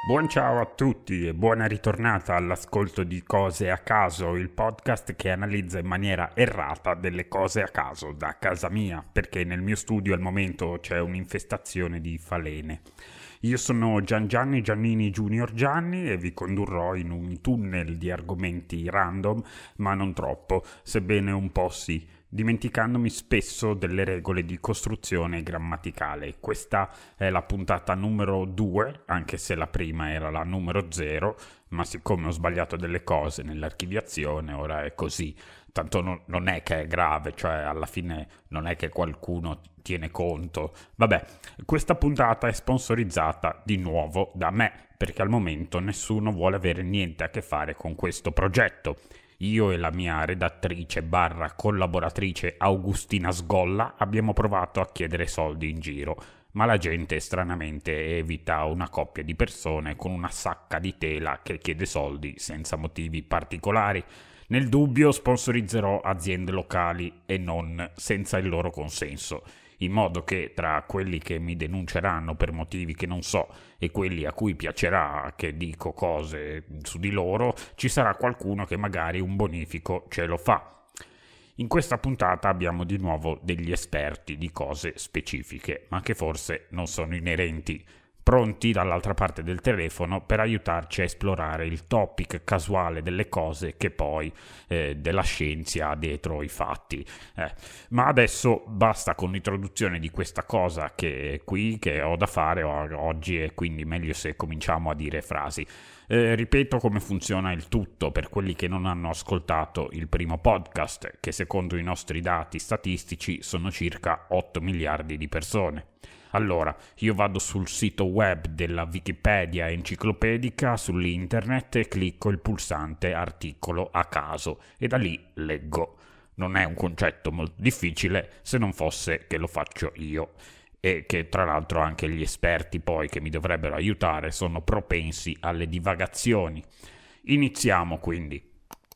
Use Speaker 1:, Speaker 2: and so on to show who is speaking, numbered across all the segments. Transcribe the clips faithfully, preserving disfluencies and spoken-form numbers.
Speaker 1: Buon ciao a tutti e buona ritornata all'ascolto di Cose a caso, il podcast che analizza in maniera errata delle cose a caso da casa mia, perché nel mio studio al momento c'è un'infestazione di falene. Io sono Gian Gianni Giannini Junior Gianni e vi condurrò in un tunnel di argomenti random, ma non troppo, sebbene un po' sì, dimenticandomi spesso delle regole di costruzione grammaticale. Questa è la puntata numero due, anche se la prima era la numero zero, ma siccome ho sbagliato delle cose nell'archiviazione, ora è così. Tanto no, non è che è grave, cioè alla fine non è che qualcuno tiene conto. Vabbè, questa puntata è sponsorizzata di nuovo da me, perché al momento nessuno vuole avere niente a che fare con questo progetto. Io e la mia redattrice barra collaboratrice Augustina Sgolla abbiamo provato a chiedere soldi in giro, ma la gente stranamente evita una coppia di persone con una sacca di tela che chiede soldi senza motivi particolari. Nel dubbio sponsorizzerò aziende locali e non senza il loro consenso, in modo che tra quelli che mi denunceranno per motivi che non so e quelli a cui piacerà che dico cose su di loro, ci sarà qualcuno che magari un bonifico ce lo fa. In questa puntata abbiamo di nuovo degli esperti di cose specifiche, ma che forse non sono inerenti, pronti dall'altra parte del telefono per aiutarci a esplorare il topic casuale delle cose che poi eh, della scienza ha dietro i fatti. Eh, ma adesso basta con l'introduzione di questa cosa che è qui, che ho da fare oggi, e quindi meglio se cominciamo a dire frasi. Eh, ripeto come funziona il tutto per quelli che non hanno ascoltato il primo podcast, che secondo i nostri dati statistici sono circa otto miliardi di persone. Allora, io vado sul sito web della Wikipedia enciclopedica sull'internet e clicco il pulsante articolo a caso e da lì leggo. Non è un concetto molto difficile se non fosse che lo faccio io e che tra l'altro anche gli esperti poi che mi dovrebbero aiutare sono propensi alle divagazioni. Iniziamo quindi.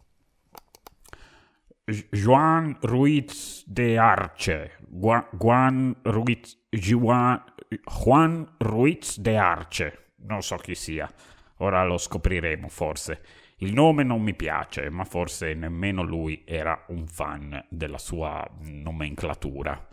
Speaker 1: Juan Ruiz de Arce, Juan Ruiz, Juan, Juan Ruiz de Arce, non so chi sia, ora lo scopriremo forse. Il nome non mi piace, ma forse nemmeno lui era un fan della sua nomenclatura.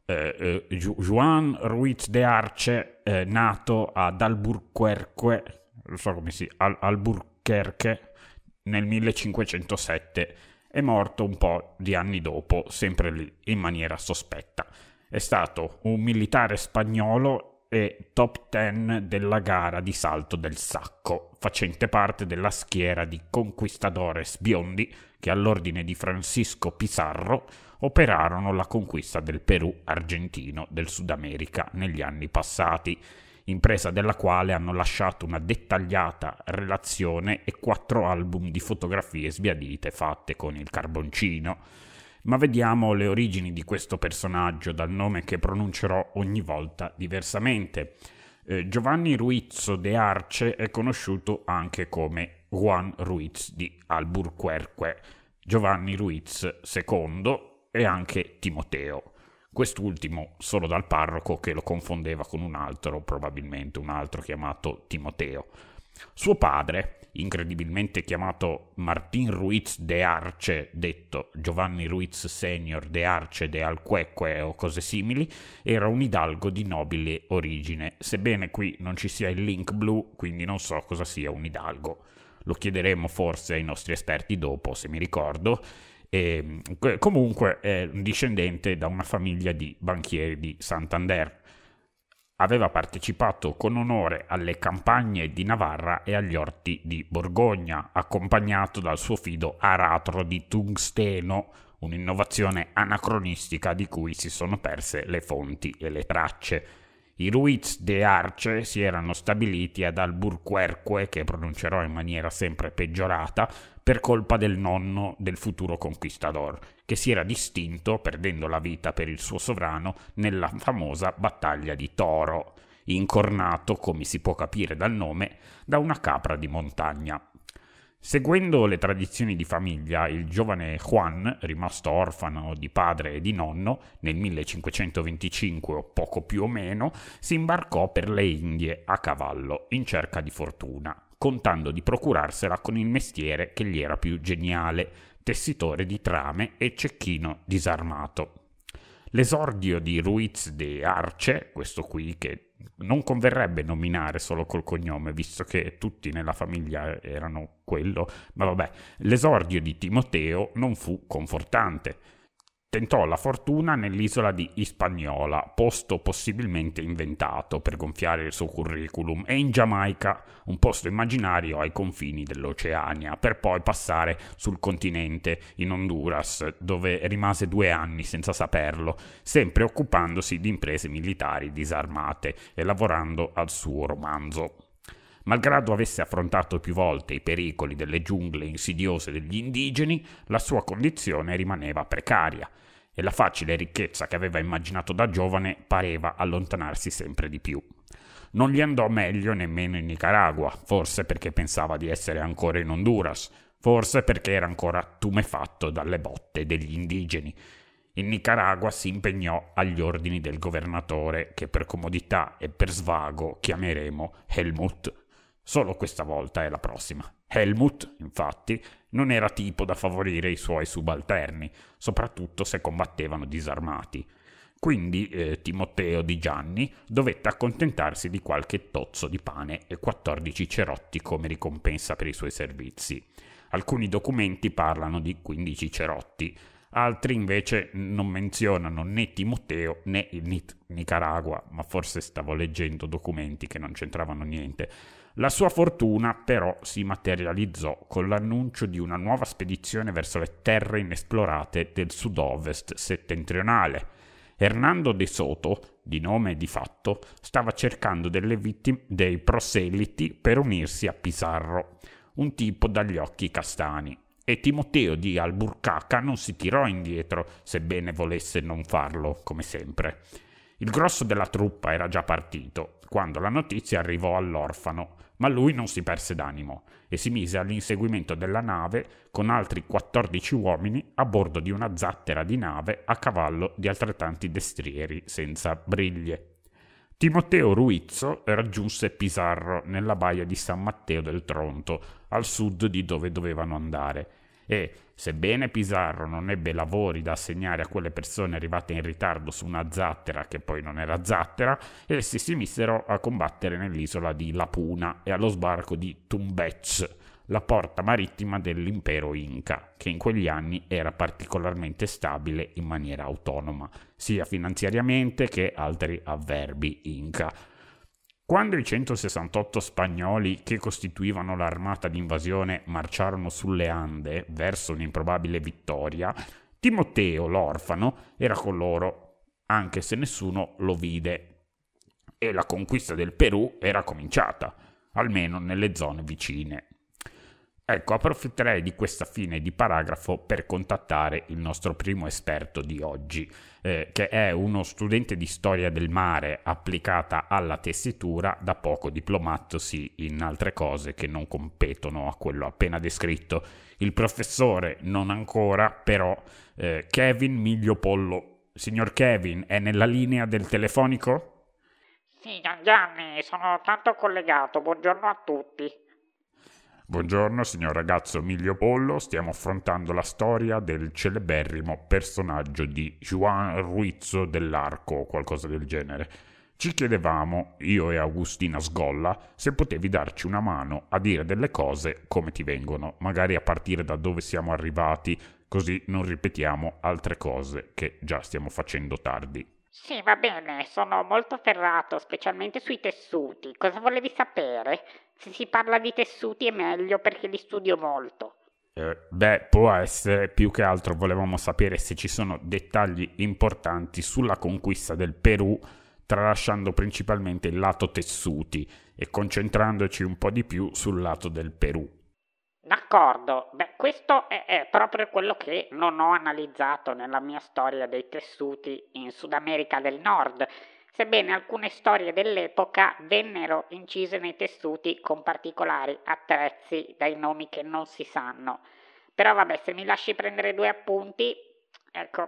Speaker 1: Eh, eh, Juan Ruiz de Arce, eh, nato ad Alburquerque, non so come si, Al- Alburquerque nel millecinquecentosette, è morto un po' di anni dopo, sempre lì, in maniera sospetta. È stato un militare spagnolo e top ten della gara di salto del sacco, facente parte della schiera di conquistadores biondi che all'ordine di Francisco Pizarro operarono la conquista del Perù argentino del Sud America negli anni passati, impresa della quale hanno lasciato una dettagliata relazione e quattro album di fotografie sbiadite fatte con il carboncino. Ma vediamo le origini di questo personaggio dal nome che pronuncerò ogni volta diversamente. Eh, Giovanni Ruiz de Arce è conosciuto anche come Juan Ruiz di Alburquerque, Giovanni Ruiz secondo e anche Timoteo. Quest'ultimo solo dal parroco che lo confondeva con un altro, probabilmente un altro chiamato Timoteo. Suo padre, incredibilmente chiamato Martín Ruiz de Arce, detto Giovanni Ruiz Senior de Arce de Alqueque o cose simili, era un hidalgo di nobile origine, sebbene qui non ci sia il link blu, quindi non so cosa sia un hidalgo. Lo chiederemo forse ai nostri esperti dopo, se mi ricordo. E comunque è un discendente da una famiglia di banchieri di Santander. Aveva partecipato con onore alle campagne di Navarra e agli orti di Borgogna, accompagnato dal suo fido aratro di tungsteno, un'innovazione anacronistica di cui si sono perse le fonti e le tracce. I Ruiz de Arce si erano stabiliti ad Alburquerque, che pronuncerò in maniera sempre peggiorata, per colpa del nonno del futuro conquistador, che si era distinto, perdendo la vita per il suo sovrano, nella famosa battaglia di Toro, incornato, come si può capire dal nome, da una capra di montagna. Seguendo le tradizioni di famiglia, il giovane Juan, rimasto orfano di padre e di nonno, nel millecinquecentoventicinque o poco più o meno, si imbarcò per le Indie a cavallo, in cerca di fortuna, contando di procurarsela con il mestiere che gli era più geniale, tessitore di trame e cecchino disarmato. L'esordio di Ruiz de Arce, questo qui che non converrebbe nominare solo col cognome, visto che tutti nella famiglia erano quello, ma vabbè, l'esordio di Timoteo non fu confortante. Tentò la fortuna nell'isola di Hispaniola, posto possibilmente inventato per gonfiare il suo curriculum, e in Giamaica, un posto immaginario ai confini dell'Oceania, per poi passare sul continente, in Honduras, dove rimase due anni senza saperlo, sempre occupandosi di imprese militari disarmate e lavorando al suo romanzo. Malgrado avesse affrontato più volte i pericoli delle giungle insidiose degli indigeni, la sua condizione rimaneva precaria e la facile ricchezza che aveva immaginato da giovane pareva allontanarsi sempre di più. Non gli andò meglio nemmeno in Nicaragua, forse perché pensava di essere ancora in Honduras, forse perché era ancora tumefatto dalle botte degli indigeni. In Nicaragua si impegnò agli ordini del governatore, che per comodità e per svago chiameremo Helmut. Solo questa volta è la prossima. Helmut, infatti, non era tipo da favorire i suoi subalterni, soprattutto se combattevano disarmati. Quindi eh, Timoteo Di Gianni dovette accontentarsi di qualche tozzo di pane e quattordici cerotti come ricompensa per i suoi servizi. Alcuni documenti parlano di quindici cerotti, altri invece non menzionano né Timoteo né il Nicaragua, ma forse stavo leggendo documenti che non c'entravano niente. La sua fortuna però si materializzò con l'annuncio di una nuova spedizione verso le terre inesplorate del sud-ovest settentrionale. Hernando de Soto, di nome e di fatto, stava cercando delle vittime dei proseliti per unirsi a Pizarro, un tipo dagli occhi castani, e Timoteo di Alburquerque non si tirò indietro, sebbene volesse non farlo, come sempre. Il grosso della truppa era già partito, quando la notizia arrivò all'orfano, ma lui non si perse d'animo e si mise all'inseguimento della nave con altri quattordici uomini a bordo di una zattera di nave a cavallo di altrettanti destrieri senza briglie. Timoteo Ruizzo raggiunse Pizarro nella baia di San Matteo del Tronto, al sud di dove dovevano andare, e, sebbene Pizarro non ebbe lavori da assegnare a quelle persone arrivate in ritardo su una zattera che poi non era zattera, essi si misero a combattere nell'isola di Lapuna e allo sbarco di Tumbez, la porta marittima dell'impero Inca, che in quegli anni era particolarmente stabile in maniera autonoma, sia finanziariamente che altri avverbi Inca. Quando i centosessantotto spagnoli che costituivano l'armata d'invasione marciarono sulle Ande verso un'improbabile vittoria, Timoteo, l'orfano, era con loro, anche se nessuno lo vide, e la conquista del Perù era cominciata, almeno nelle zone vicine. Ecco, approfitterei di questa fine di paragrafo per contattare il nostro primo esperto di oggi, eh, che è uno studente di storia del mare applicata alla tessitura, da poco diplomatosi in altre cose che non competono a quello appena descritto. Il professore non ancora, però, eh, Kevin Migliopollo. Signor Kevin, è nella linea del telefonico?
Speaker 2: Sì, Gianni, sono tanto collegato, buongiorno a tutti.
Speaker 1: Buongiorno, signor ragazzo Migliopollo, stiamo affrontando la storia del celeberrimo personaggio di Juan Ruizzo dell'Arco o qualcosa del genere. Ci chiedevamo, io e Agustina Sgolla, se potevi darci una mano a dire delle cose come ti vengono, magari a partire da dove siamo arrivati, così non ripetiamo altre cose che già stiamo facendo tardi.
Speaker 2: Sì, va bene, sono molto ferrato, specialmente sui tessuti. Cosa volevi sapere? Se si parla di tessuti è meglio perché li studio molto.
Speaker 1: Eh, beh, può essere, più che altro volevamo sapere se ci sono dettagli importanti sulla conquista del Perù, tralasciando principalmente il lato tessuti e concentrandoci un po' di più sul lato del Perù.
Speaker 2: D'accordo, beh, questo è, è proprio quello che non ho analizzato nella mia storia dei tessuti in Sud America del Nord. sebbene alcune storie dell'epoca vennero incise nei tessuti con particolari attrezzi dai nomi che non si sanno. Però vabbè, se mi lasci prendere due appunti, ecco.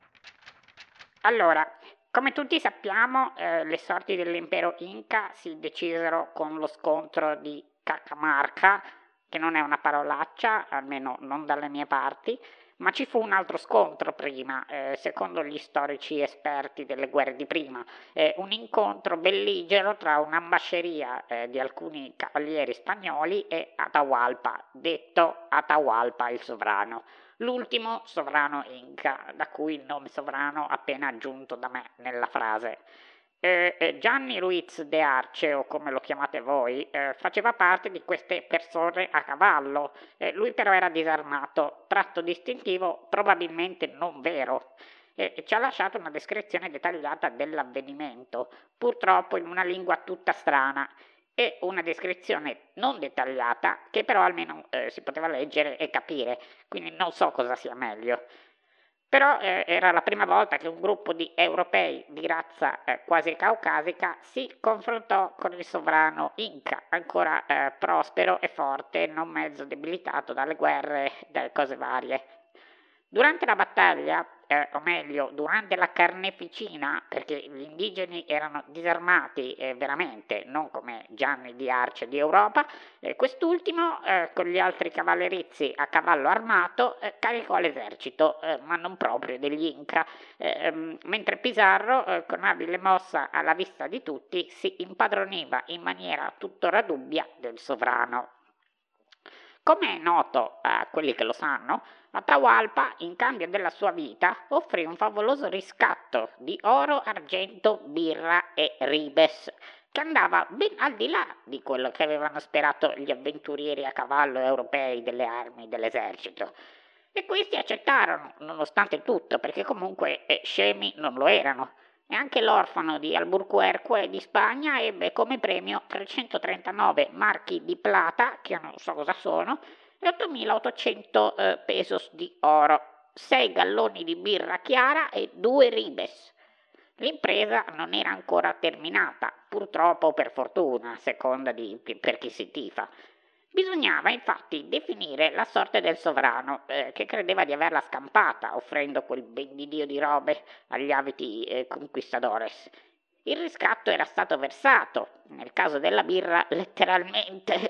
Speaker 2: Allora, come tutti sappiamo, eh, le sorti dell'impero Inca si decisero con lo scontro di Cacamarca, che non è una parolaccia, almeno non dalle mie parti, ma ci fu un altro scontro prima, eh, secondo gli storici esperti delle guerre di prima, eh, un incontro belligero tra un'ambasceria eh, di alcuni cavalieri spagnoli e Atahualpa, detto Atahualpa il sovrano, l'ultimo sovrano Inca, da cui il nome sovrano appena aggiunto da me nella frase. Eh, eh, Gianni Ruiz de Arce, o come lo chiamate voi, eh, faceva parte di queste persone a cavallo. Eh, lui però era disarmato, tratto distintivo probabilmente non vero. E ci ha lasciato una descrizione dettagliata dell'avvenimento, purtroppo in una lingua tutta strana, e una descrizione non dettagliata che però almeno eh, si poteva leggere e capire, quindi non so cosa sia meglio. Però eh, era la prima volta che un gruppo di europei di razza eh, quasi caucasica si confrontò con il sovrano Inca, ancora eh, prospero e forte, non mezzo debilitato dalle guerre e dalle cose varie. Durante la battaglia, eh, o meglio, durante la carneficina, perché gli indigeni erano disarmati eh, veramente, non come Gianni di Arce di Europa, eh, quest'ultimo, eh, con gli altri cavallerizi a cavallo armato, eh, caricò l'esercito, eh, ma non proprio degli Inca, eh, mentre Pizarro, eh, con abile mossa alla vista di tutti, si impadroniva in maniera tuttora dubbia del sovrano. Come è noto a quelli che lo sanno, Atahualpa, in cambio della sua vita, offrì un favoloso riscatto di oro, argento, birra e ribes, che andava ben al di là di quello che avevano sperato gli avventurieri a cavallo europei delle armi dell'esercito. E questi accettarono, nonostante tutto, perché comunque eh, scemi non lo erano. E anche l'orfano di Alburquerque di Spagna ebbe come premio trecentotrentanove marchi di plata, che non so cosa sono, e ottomilaottocento eh, pesos di oro, sei galloni di birra chiara e due ribes. L'impresa non era ancora terminata, purtroppo o per fortuna, a seconda di per chi si tifa. Bisognava infatti definire la sorte del sovrano, eh, che credeva di averla scampata, offrendo quel ben di Dio di robe agli avidi eh, conquistadores. Il riscatto era stato versato, nel caso della birra letteralmente.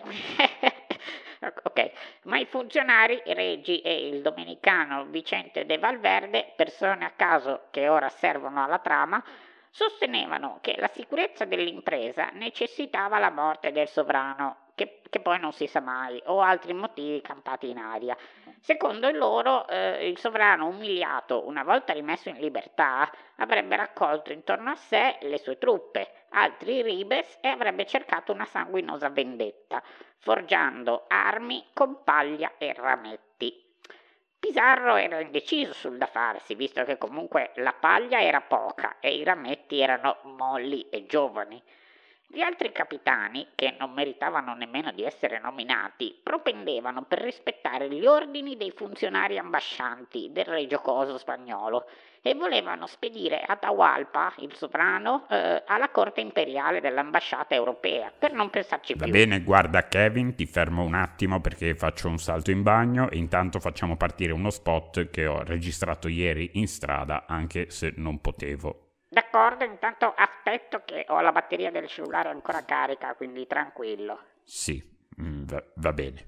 Speaker 2: Ok, ma i funzionari Reggi e il domenicano Vicente de Valverde, persone a caso che ora servono alla trama, sostenevano che la sicurezza dell'impresa necessitava la morte del sovrano, che, che poi non si sa mai, o altri motivi campati in aria. Secondo loro, eh, il sovrano umiliato, una volta rimesso in libertà, avrebbe raccolto intorno a sé le sue truppe, altri ribes, e avrebbe cercato una sanguinosa vendetta, forgiando armi con paglia e rametti. Pizarro era indeciso sul da farsi, visto che comunque la paglia era poca e i rametti erano molli e giovani. Gli altri capitani, che non meritavano nemmeno di essere nominati, propendevano per rispettare gli ordini dei funzionari ambascianti del re giocoso spagnolo e volevano spedire Atahualpa, il sovrano, eh, alla corte imperiale dell'ambasciata europea, per non pensarci più.
Speaker 1: Va bene, guarda Kevin, ti fermo un attimo perché faccio un salto in bagno e intanto facciamo partire uno spot che ho registrato ieri in strada, anche se non potevo.
Speaker 2: D'accordo, intanto aspetto che ho la batteria del cellulare ancora carica, quindi tranquillo.
Speaker 1: Sì, va, va bene.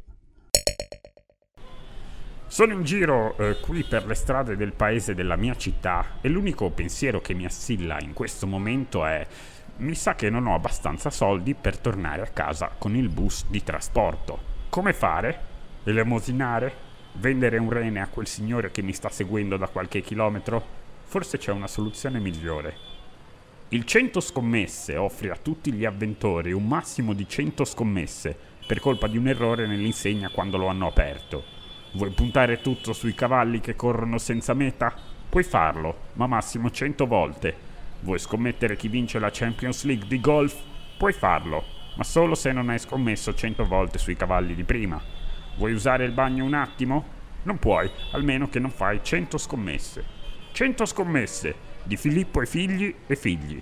Speaker 1: Sono in giro eh, qui per le strade del paese della mia città e l'unico pensiero che mi assilla in questo momento è: mi sa che non ho abbastanza soldi per tornare a casa con il bus di trasporto. Come fare? Elemosinare? Vendere un rene a quel signore che mi sta seguendo da qualche chilometro? Forse c'è una soluzione migliore. Il cento scommesse offre a tutti gli avventori un massimo di cento scommesse per colpa di un errore nell'insegna quando lo hanno aperto. Vuoi puntare tutto sui cavalli che corrono senza meta? Puoi farlo, ma massimo cento volte. Vuoi scommettere chi vince la Champions League di golf? Puoi farlo, ma solo se non hai scommesso cento volte sui cavalli di prima. Vuoi usare il bagno un attimo? Non puoi, almeno che non fai cento scommesse. cento scommesse di Filippo e figli e figli.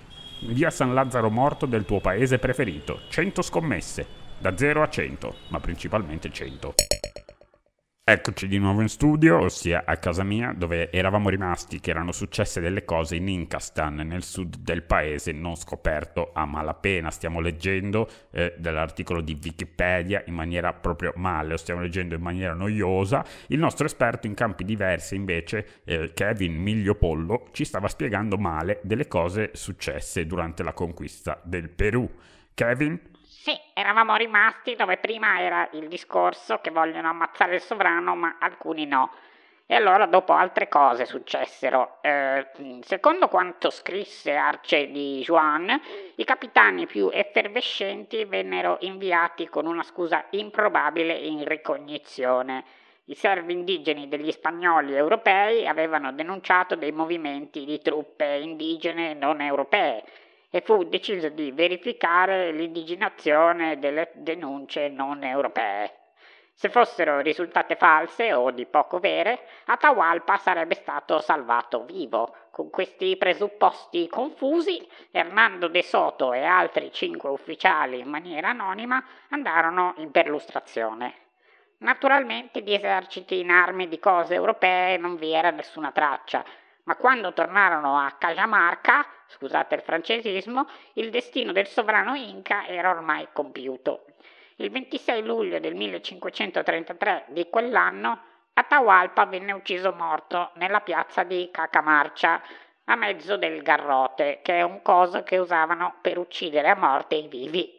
Speaker 1: via San Lazzaro Morto del tuo paese preferito. cento scommesse, da zero a cento, ma principalmente cento. Eccoci di nuovo in studio, ossia a casa mia, dove eravamo rimasti che erano successe delle cose in Inkastan, nel sud del paese, non scoperto a malapena. Stiamo leggendo eh, dell'articolo di Wikipedia in maniera proprio male, lo stiamo leggendo in maniera noiosa. Il nostro esperto in campi diversi, invece, eh, Kevin Migliopollo, ci stava spiegando male delle cose successe durante la conquista del Perù. Kevin?
Speaker 2: Sì, eravamo rimasti dove prima era il discorso che vogliono ammazzare il sovrano, ma alcuni no. E allora dopo altre cose successero. Eh, secondo quanto scrisse Arce di Juan, i capitani più effervescenti vennero inviati con una scusa improbabile in ricognizione. I servi indigeni degli spagnoli europei avevano denunciato dei movimenti di truppe indigene non europee, e fu deciso di verificare l'indiginazione delle denunce non europee. Se fossero risultate false o di poco vere, Atahualpa sarebbe stato salvato vivo. Con questi presupposti confusi, Hernando de Soto e altri cinque ufficiali in maniera anonima andarono in perlustrazione. Naturalmente di eserciti in armi di cose europee non vi era nessuna traccia, ma quando tornarono a Cajamarca, scusate il francesismo, il destino del sovrano Inca era ormai compiuto. Il ventisei luglio del millecinquecentotrentatré di quell'anno, Atahualpa venne ucciso morto nella piazza di Cacamarcha, a mezzo del garrote, che è un coso che usavano per uccidere a morte i vivi.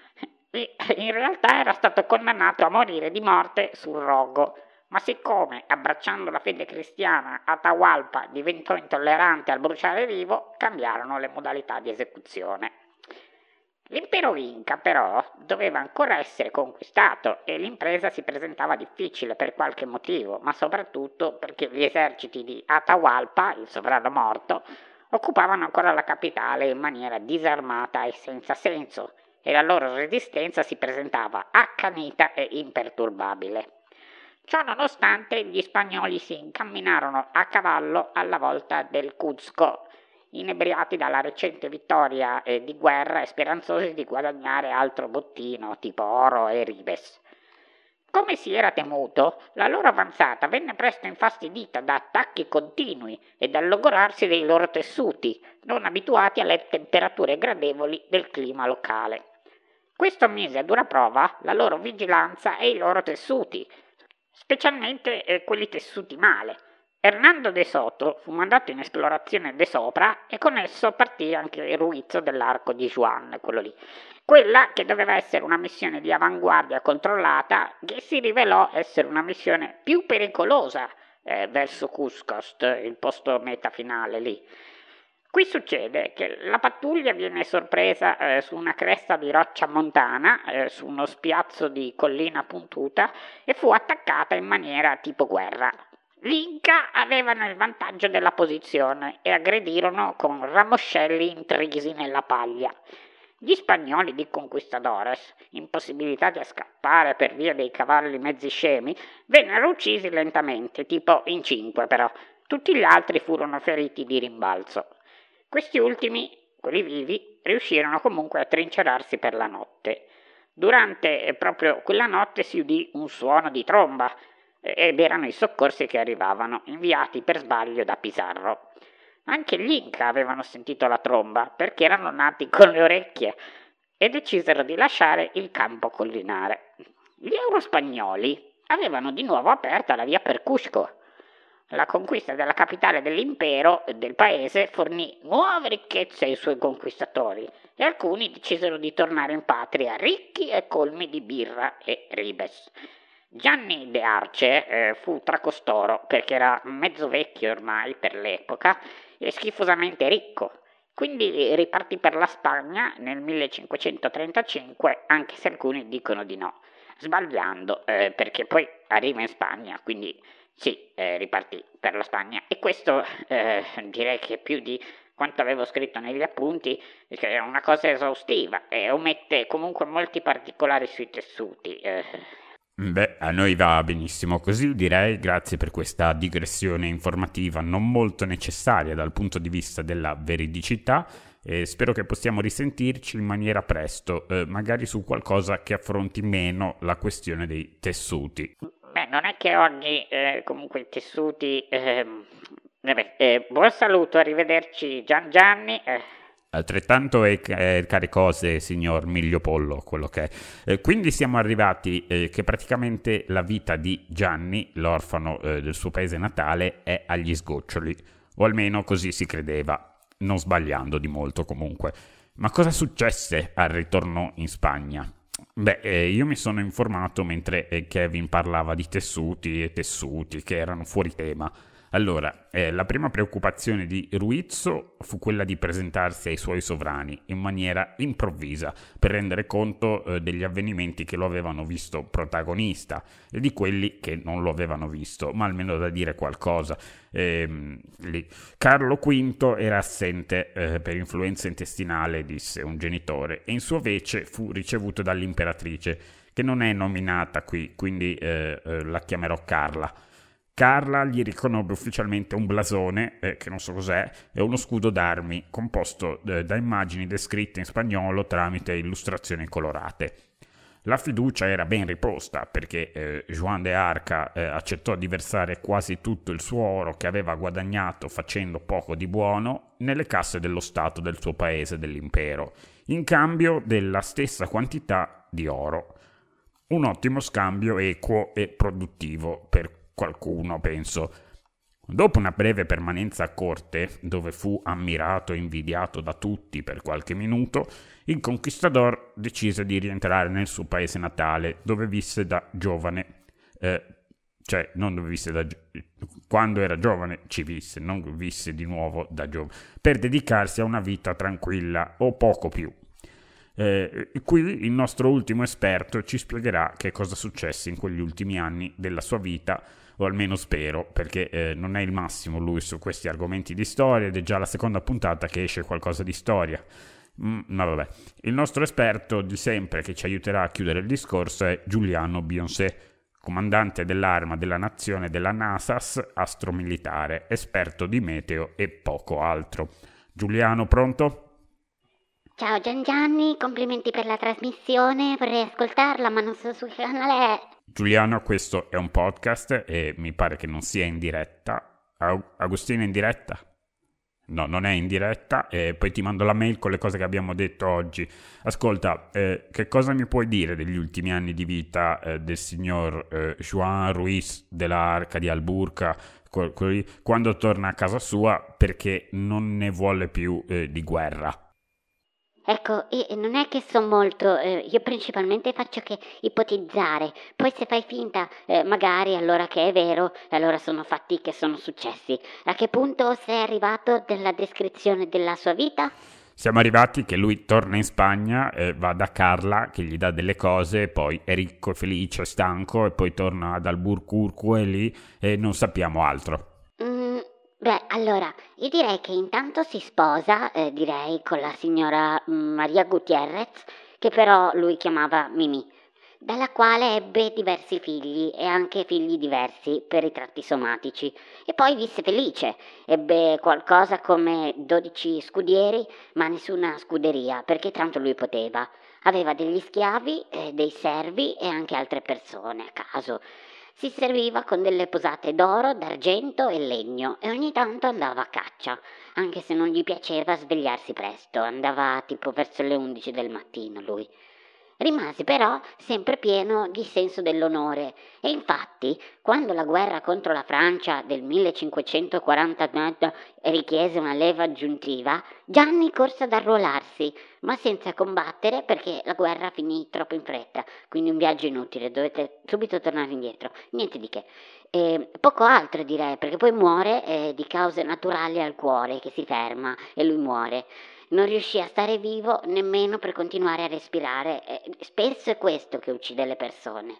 Speaker 2: In realtà era stato condannato a morire di morte sul rogo, ma siccome, abbracciando la fede cristiana, Atahualpa diventò intollerante al bruciare vivo, cambiarono le modalità di esecuzione. L'impero Inca, però, doveva ancora essere conquistato e l'impresa si presentava difficile per qualche motivo, ma soprattutto perché gli eserciti di Atahualpa, il sovrano morto, occupavano ancora la capitale in maniera disarmata e senza senso, e la loro resistenza si presentava accanita e imperturbabile. Ciò nonostante, gli spagnoli si incamminarono a cavallo alla volta del Cuzco, inebriati dalla recente vittoria eh, di guerra e speranzosi di guadagnare altro bottino, tipo oro e ribes. Come si era temuto, la loro avanzata venne presto infastidita da attacchi continui e dal logorarsi dei loro tessuti, non abituati alle temperature gradevoli del clima locale. Questo mise a dura prova la loro vigilanza e i loro tessuti, specialmente eh, quelli tessuti male. Hernando de Soto fu mandato in esplorazione de sopra e con esso partì anche il Ruizzo dell'arco di Juan, quello lì. Quella che doveva essere una missione di avanguardia controllata, che si rivelò essere una missione più pericolosa eh, verso Cuscost, il posto meta finale lì. Qui succede che la pattuglia viene sorpresa eh, su una cresta di roccia montana, eh, su uno spiazzo di collina puntuta, e fu attaccata in maniera tipo guerra. Gli Inca avevano il vantaggio della posizione e aggredirono con ramoscelli intrisi nella paglia. Gli spagnoli di conquistadores, impossibilitati a scappare per via dei cavalli mezzi scemi, vennero uccisi lentamente, tipo in cinque però. Tutti gli altri furono feriti di rimbalzo. Questi ultimi, quelli vivi, riuscirono comunque a trincerarsi per la notte. Durante proprio quella notte si udì un suono di tromba ed erano i soccorsi che arrivavano, inviati per sbaglio da Pizarro. Anche gli Inca avevano sentito la tromba perché erano nati con le orecchie e decisero di lasciare il campo collinare. Gli eurospagnoli avevano di nuovo aperta la via per Cusco. La conquista della capitale dell'impero e del paese fornì nuove ricchezze ai suoi conquistatori e alcuni decisero di tornare in patria ricchi e colmi di birra e ribes. Gianni de Arce eh, fu tra costoro perché era mezzo vecchio ormai per l'epoca e schifosamente ricco, quindi ripartì per la Spagna nel millecinquecentotrentacinque, anche se alcuni dicono di no, sbagliando eh, perché poi arriva in Spagna, quindi sì, eh, ripartì per la Spagna. E questo eh, direi che più di quanto avevo scritto negli appunti, che è una cosa esaustiva e omette comunque molti particolari sui tessuti. Eh.
Speaker 1: Beh, a noi va benissimo così, direi. Grazie per questa digressione informativa non molto necessaria dal punto di vista della veridicità. e spero che possiamo risentirci in maniera presto, eh, magari su qualcosa che affronti meno la questione dei tessuti.
Speaker 2: Beh, non è che oggi eh, comunque i tessuti... ehm, vabbè, eh, buon saluto, arrivederci Gian Gianni. Eh.
Speaker 1: Altrettanto è, è care cose, signor Miglio Pollo, quello che è. Eh, quindi siamo arrivati eh, che praticamente la vita di Gianni, l'orfano eh, del suo paese natale, è agli sgoccioli, o almeno così si credeva, non sbagliando di molto comunque. Ma cosa successe al ritorno in Spagna? Beh, eh, io mi sono informato mentre eh, Kevin parlava di tessuti e tessuti che erano fuori tema. Allora, eh, la prima preoccupazione di Ruizzo fu quella di presentarsi ai suoi sovrani in maniera improvvisa per rendere conto eh, degli avvenimenti che lo avevano visto protagonista e di quelli che non lo avevano visto, ma almeno da dire qualcosa. Ehm, lì. Carlo quinto era assente eh, per influenza intestinale, disse un genitore, e in sua vece fu ricevuto dall'imperatrice, che non è nominata qui, quindi eh, eh, la chiamerò Carla. Carla gli riconobbe ufficialmente un blasone, eh, che non so cos'è, e uno scudo d'armi composto eh, da immagini descritte in spagnolo tramite illustrazioni colorate. La fiducia era ben riposta perché eh, Juan de Arca eh, accettò di versare quasi tutto il suo oro che aveva guadagnato facendo poco di buono nelle casse dello Stato del suo paese dell'impero, in cambio della stessa quantità di oro. Un ottimo scambio equo e produttivo per qualcuno, penso. Dopo una breve permanenza a corte, dove fu ammirato e invidiato da tutti per qualche minuto, il conquistador decise di rientrare nel suo paese natale, dove visse da giovane, eh, cioè non dove visse da quando era giovane ci visse, non visse di nuovo da giovane, per dedicarsi a una vita tranquilla o poco più. Eh, qui il nostro ultimo esperto ci spiegherà che cosa successe in quegli ultimi anni della sua vita, o almeno spero, perché eh, non è il massimo lui su questi argomenti di storia ed è già la seconda puntata che esce qualcosa di storia. Mm, ma vabbè, il nostro esperto di sempre che ci aiuterà a chiudere il discorso è Giuliano Beyoncé, comandante dell'arma della nazione della NASAS, astromilitare, esperto di meteo e poco altro. Giuliano, pronto?
Speaker 3: Ciao Gian Gianni, complimenti per la trasmissione, vorrei ascoltarla ma non so sul canale.
Speaker 1: Giuliano, questo è un podcast e mi pare che non sia in diretta. Agostino è in diretta? No, non è in diretta, e poi ti mando la mail con le cose che abbiamo detto oggi. Ascolta, eh, che cosa mi puoi dire degli ultimi anni di vita eh, del signor eh, Juan Ruiz de la Arca di Alburca, quando torna a casa sua perché non ne vuole più eh, di guerra?
Speaker 3: Ecco, io, non è che so molto, eh, io principalmente faccio che ipotizzare, poi se fai finta, eh, magari allora che è vero, allora sono fatti che sono successi. A che punto sei arrivato della descrizione della sua vita?
Speaker 1: Siamo arrivati che lui torna in Spagna, eh, va da Carla che gli dà delle cose, poi è ricco, felice, stanco e poi torna ad Alburquerque e lì e non sappiamo altro.
Speaker 3: Mm. Beh, allora, io direi che intanto si sposa, eh, direi, con la signora Maria Gutierrez, che però lui chiamava Mimì, dalla quale ebbe diversi figli e anche figli diversi per i tratti somatici. E poi visse felice, ebbe qualcosa come dodici scudieri, ma nessuna scuderia, perché tanto lui poteva. Aveva degli schiavi, eh, dei servi e anche altre persone a caso. Si serviva con delle posate d'oro, d'argento e legno e ogni tanto andava a caccia, anche se non gli piaceva svegliarsi presto, andava tipo verso le undici del mattino lui. Rimase però sempre pieno di senso dell'onore e infatti quando la guerra contro la Francia del millecinquecentoquarantanove richiese una leva aggiuntiva, Gianni corse ad arruolarsi, ma senza combattere perché la guerra finì troppo in fretta, quindi un viaggio inutile, dovete subito tornare indietro, niente di che. E poco altro direi, perché poi muore eh, di cause naturali al cuore che si ferma e lui muore. Non riuscì a stare vivo nemmeno per continuare a respirare. Eh, spesso è questo che uccide le persone.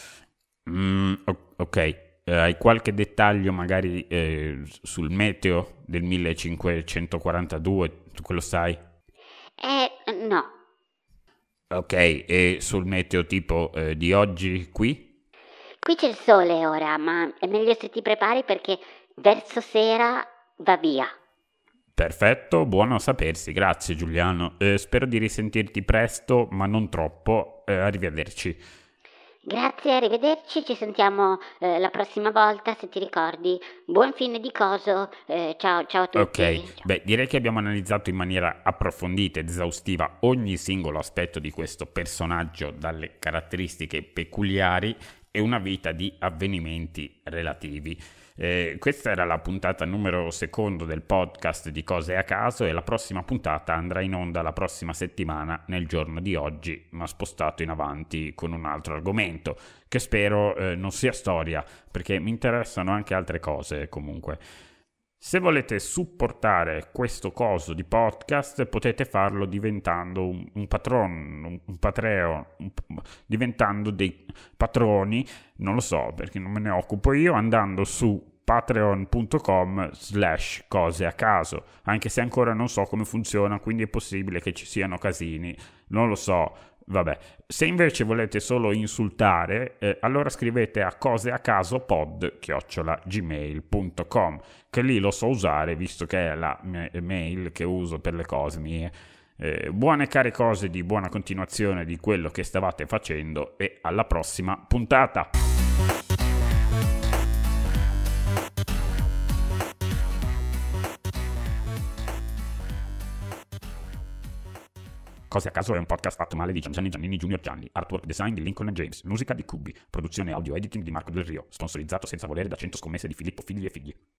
Speaker 1: Mm, ok, eh, hai qualche dettaglio magari eh, sul meteo del millecinquecentoquarantadue? Tu quello sai?
Speaker 3: Eh, no.
Speaker 1: Ok, e sul meteo tipo eh, di oggi qui?
Speaker 3: Qui c'è il sole ora, ma è meglio se ti prepari perché verso sera va via.
Speaker 1: Perfetto, buono a sapersi, grazie Giuliano. Eh, spero di risentirti presto, ma non troppo. Eh, arrivederci.
Speaker 3: Grazie, arrivederci, ci sentiamo eh, la prossima volta, se ti ricordi. Buon fine di coso, eh, ciao, ciao a tutti.
Speaker 1: Ok,
Speaker 3: Ciao.
Speaker 1: beh, direi che abbiamo analizzato in maniera approfondita ed esaustiva ogni singolo aspetto di questo personaggio dalle caratteristiche peculiari e una vita di avvenimenti relativi. Eh, questa era la puntata numero secondo del podcast di Cose a caso e la prossima puntata andrà in onda la prossima settimana nel giorno di oggi, ma spostato in avanti con un altro argomento che spero eh, non sia storia, perché mi interessano anche altre cose comunque. Se volete supportare questo coso di podcast potete farlo diventando un, un patron, un, un Patreon, un, diventando dei patroni, non lo so perché non me ne occupo io, andando su patreon.com slash cose a caso, anche se ancora non so come funziona, quindi è possibile che ci siano casini, non lo so. Vabbè, se invece volete solo insultare, eh, allora scrivete a coseacasopod chiocciola gmail punto com, che lì lo so usare visto che è la mia mail che uso per le cose mie. Eh, buone care cose di buona continuazione di quello che stavate facendo e alla prossima puntata! Cose a caso è un podcast fatto male di Gianni Giannini Junior Gianni, artwork design di Lincoln James, musica di Cubi, produzione audio editing di Marco Del Rio, sponsorizzato senza volere da cento scommesse di Filippo Figli e Figli.